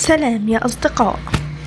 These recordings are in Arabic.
سلام يا أصدقاء.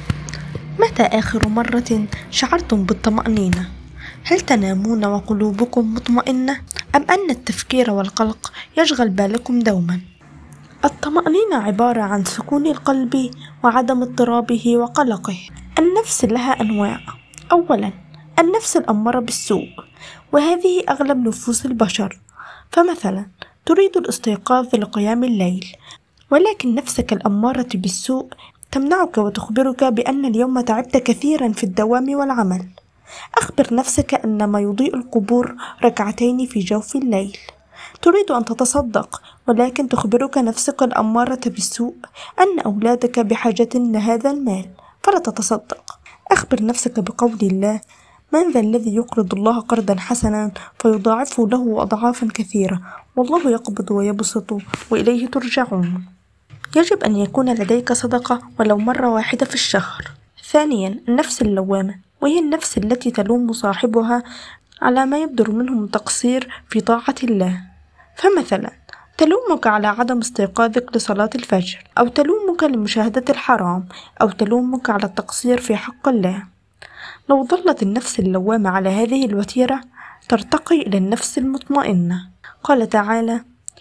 متى آخر مرة شعرتم بالطمأنينة؟ هل تنامون وقلوبكم مطمئنة؟ أم أن التفكير والقلق يشغل بالكم دوما؟ الطمأنينة عبارة عن سكون القلب وعدم اضطرابه وقلقه. النفس لها أنواع. أولا، النفس الأمارة بالسوء، وهذه أغلب نفوس البشر. فمثلا تريد الاستيقاظ لقيام الليل، ولكن نفسك الأمارة بالسوء تمنعك وتخبرك بأن اليوم تعبت كثيرا في الدوام والعمل. أخبر نفسك أن ما يضيء القبور ركعتين في جوف الليل. تريد أن تتصدق، ولكن تخبرك نفسك الأمارة بالسوء أن أولادك بحاجة لهذا المال فلا تتصدق. أخبر نفسك بقول الله: من ذا الذي يقرض الله قرضا حسنا فيضاعفه له أضعافا كثيرة والله يقبض ويبسط وإليه ترجعون. يجب أن يكون لديك صدقة ولو مرة واحدة في الشهر. ثانيا، النفس اللوامة، وهي النفس التي تلوم صاحبها على ما يبدر منه من تقصير في طاعة الله. فمثلا تلومك على عدم استيقاظك لصلاة الفجر، أو تلومك لمشاهدة الحرام، أو تلومك على التقصير في حق الله. لو ظلت النفس اللوامة على هذه الوتيرة ترتقي إلى النفس المطمئنة. قال تعالى: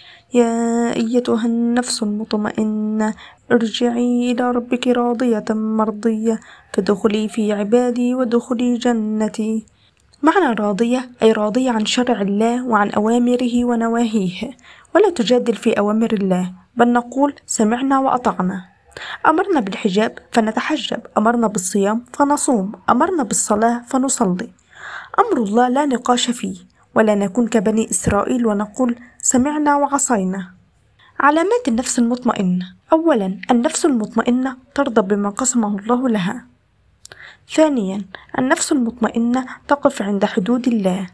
يا أيتها النفس المطمئنة ارجعي إلى ربك راضية مرضية فادخلي في عبادي وادخلي جنتي. معنى راضية أي راضية عن شرع الله وعن أوامره ونواهيه، ولا تجادل في أوامر الله، بل نقول سمعنا وأطعنا. أمرنا بالحجاب فنتحجب، أمرنا بالصيام فنصوم، أمرنا بالصلاة فنصلي. أمر الله لا نقاش فيه، ولا نكون كبني إسرائيل ونقول سمعنا وعصينا. علامات النفس المطمئنة: أولا، النفس المطمئنة ترضى بما قسمه الله لها. ثانيا، النفس المطمئنة تقف عند حدود الله.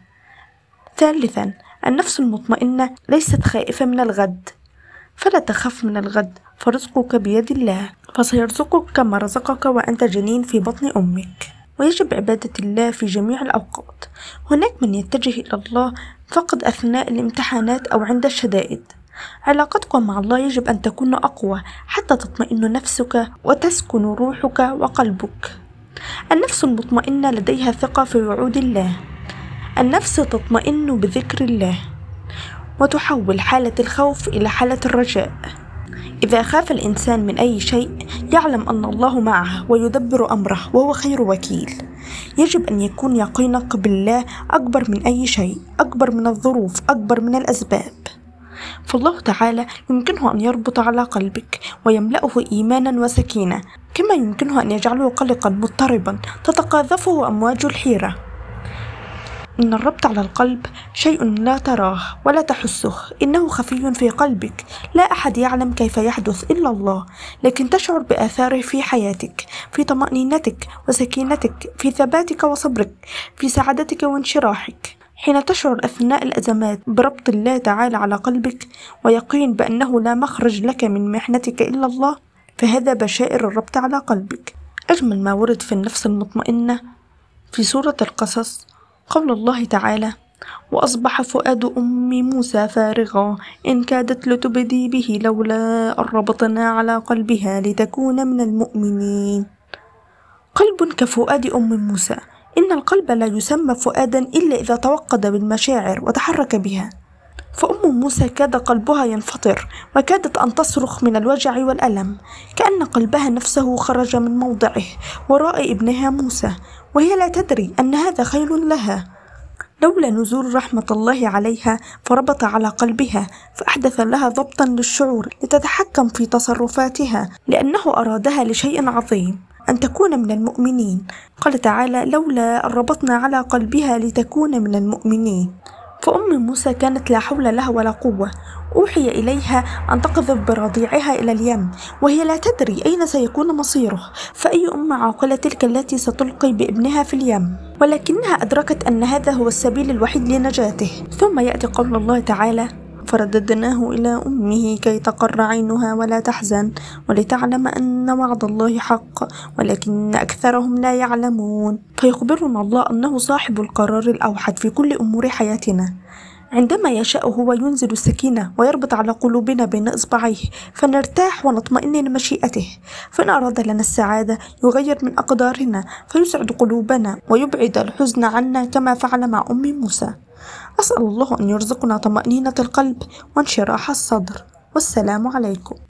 ثالثا، النفس المطمئنة ليست خائفة من الغد، فلا تخف من الغد فرزقك بيد الله، فسيرزقك كما رزقك وأنت جنين في بطن أمك. ويجب عبادة الله في جميع الأوقات. هناك من يتجه إلى الله فقط أثناء الامتحانات أو عند الشدائد. علاقتك مع الله يجب أن تكون أقوى حتى تطمئن نفسك وتسكن روحك وقلبك. النفس المطمئنة لديها ثقة في وعود الله. النفس تطمئن بذكر الله وتحول حالة الخوف إلى حالة الرجاء. إذا خاف الإنسان من أي شيء يعلم أن الله معه ويدبر أمره وهو خير وكيل. يجب أن يكون يقينك بالله أكبر من أي شيء، أكبر من الظروف، أكبر من الأسباب. فالله تعالى يمكنه أن يربط على قلبك ويملأه إيمانا وسكينة، كما يمكنه أن يجعله قلقا مضطربا تتقاذفه أمواج الحيرة. إن الربط على القلب شيء لا تراه ولا تحسه، إنه خفي في قلبك، لا أحد يعلم كيف يحدث إلا الله، لكن تشعر بآثاره في حياتك، في طمأنينتك وسكينتك، في ثباتك وصبرك، في سعادتك وانشراحك. حين تشعر أثناء الأزمات بربط الله تعالى على قلبك ويقين بأنه لا مخرج لك من محنتك إلا الله، فهذا بشائر الربط على قلبك. أجمل ما ورد في النفس المطمئنة في سورة القصص قول الله تعالى: وأصبح فؤاد أم موسى فارغا إن كادت لتبدي به لولا أن ربطنا على قلبها لتكون من المؤمنين. قلب كفؤاد أم موسى. إن القلب لا يسمى فؤادا إلا إذا توقد بالمشاعر وتحرك بها. فأم موسى كاد قلبها ينفطر وكادت أن تصرخ من الوجع والألم، كأن قلبها نفسه خرج من موضعه وراء ابنها موسى، وهي لا تدري أن هذا خير لها. لولا نزول رحمة الله عليها فربط على قلبها فأحدث لها ضبطا للشعور لتتحكم في تصرفاتها، لأنه أرادها لشيء عظيم، أن تكون من المؤمنين. قال تعالى: لولا أن ربطنا على قلبها لتكون من المؤمنين. فأم موسى كانت لا حول لها ولا قوة. أوحي إليها أن تقذف برضيعها إلى اليم وهي لا تدري أين سيكون مصيره، فأي أم عاقلة تلك التي ستلقي بابنها في اليم؟ ولكنها أدركت أن هذا هو السبيل الوحيد لنجاته. ثم يأتي قول الله تعالى: فرددناه إلى أمه كي تقر عينها ولا تحزن ولتعلم أن وعد الله حق ولكن أكثرهم لا يعلمون. فيخبرنا الله أنه صاحب القرار الأوحد في كل أمور حياتنا. عندما يشاء هو ينزل السكينة ويربط على قلوبنا بين إصبعيه فنرتاح ونطمئن لمشيئته. فإن أراد لنا السعادة يغير من أقدارنا فيسعد قلوبنا ويبعد الحزن عنا كما فعل مع أم موسى. أسأل الله أن يرزقنا طمأنينة القلب وانشراح الصدر. والسلام عليكم.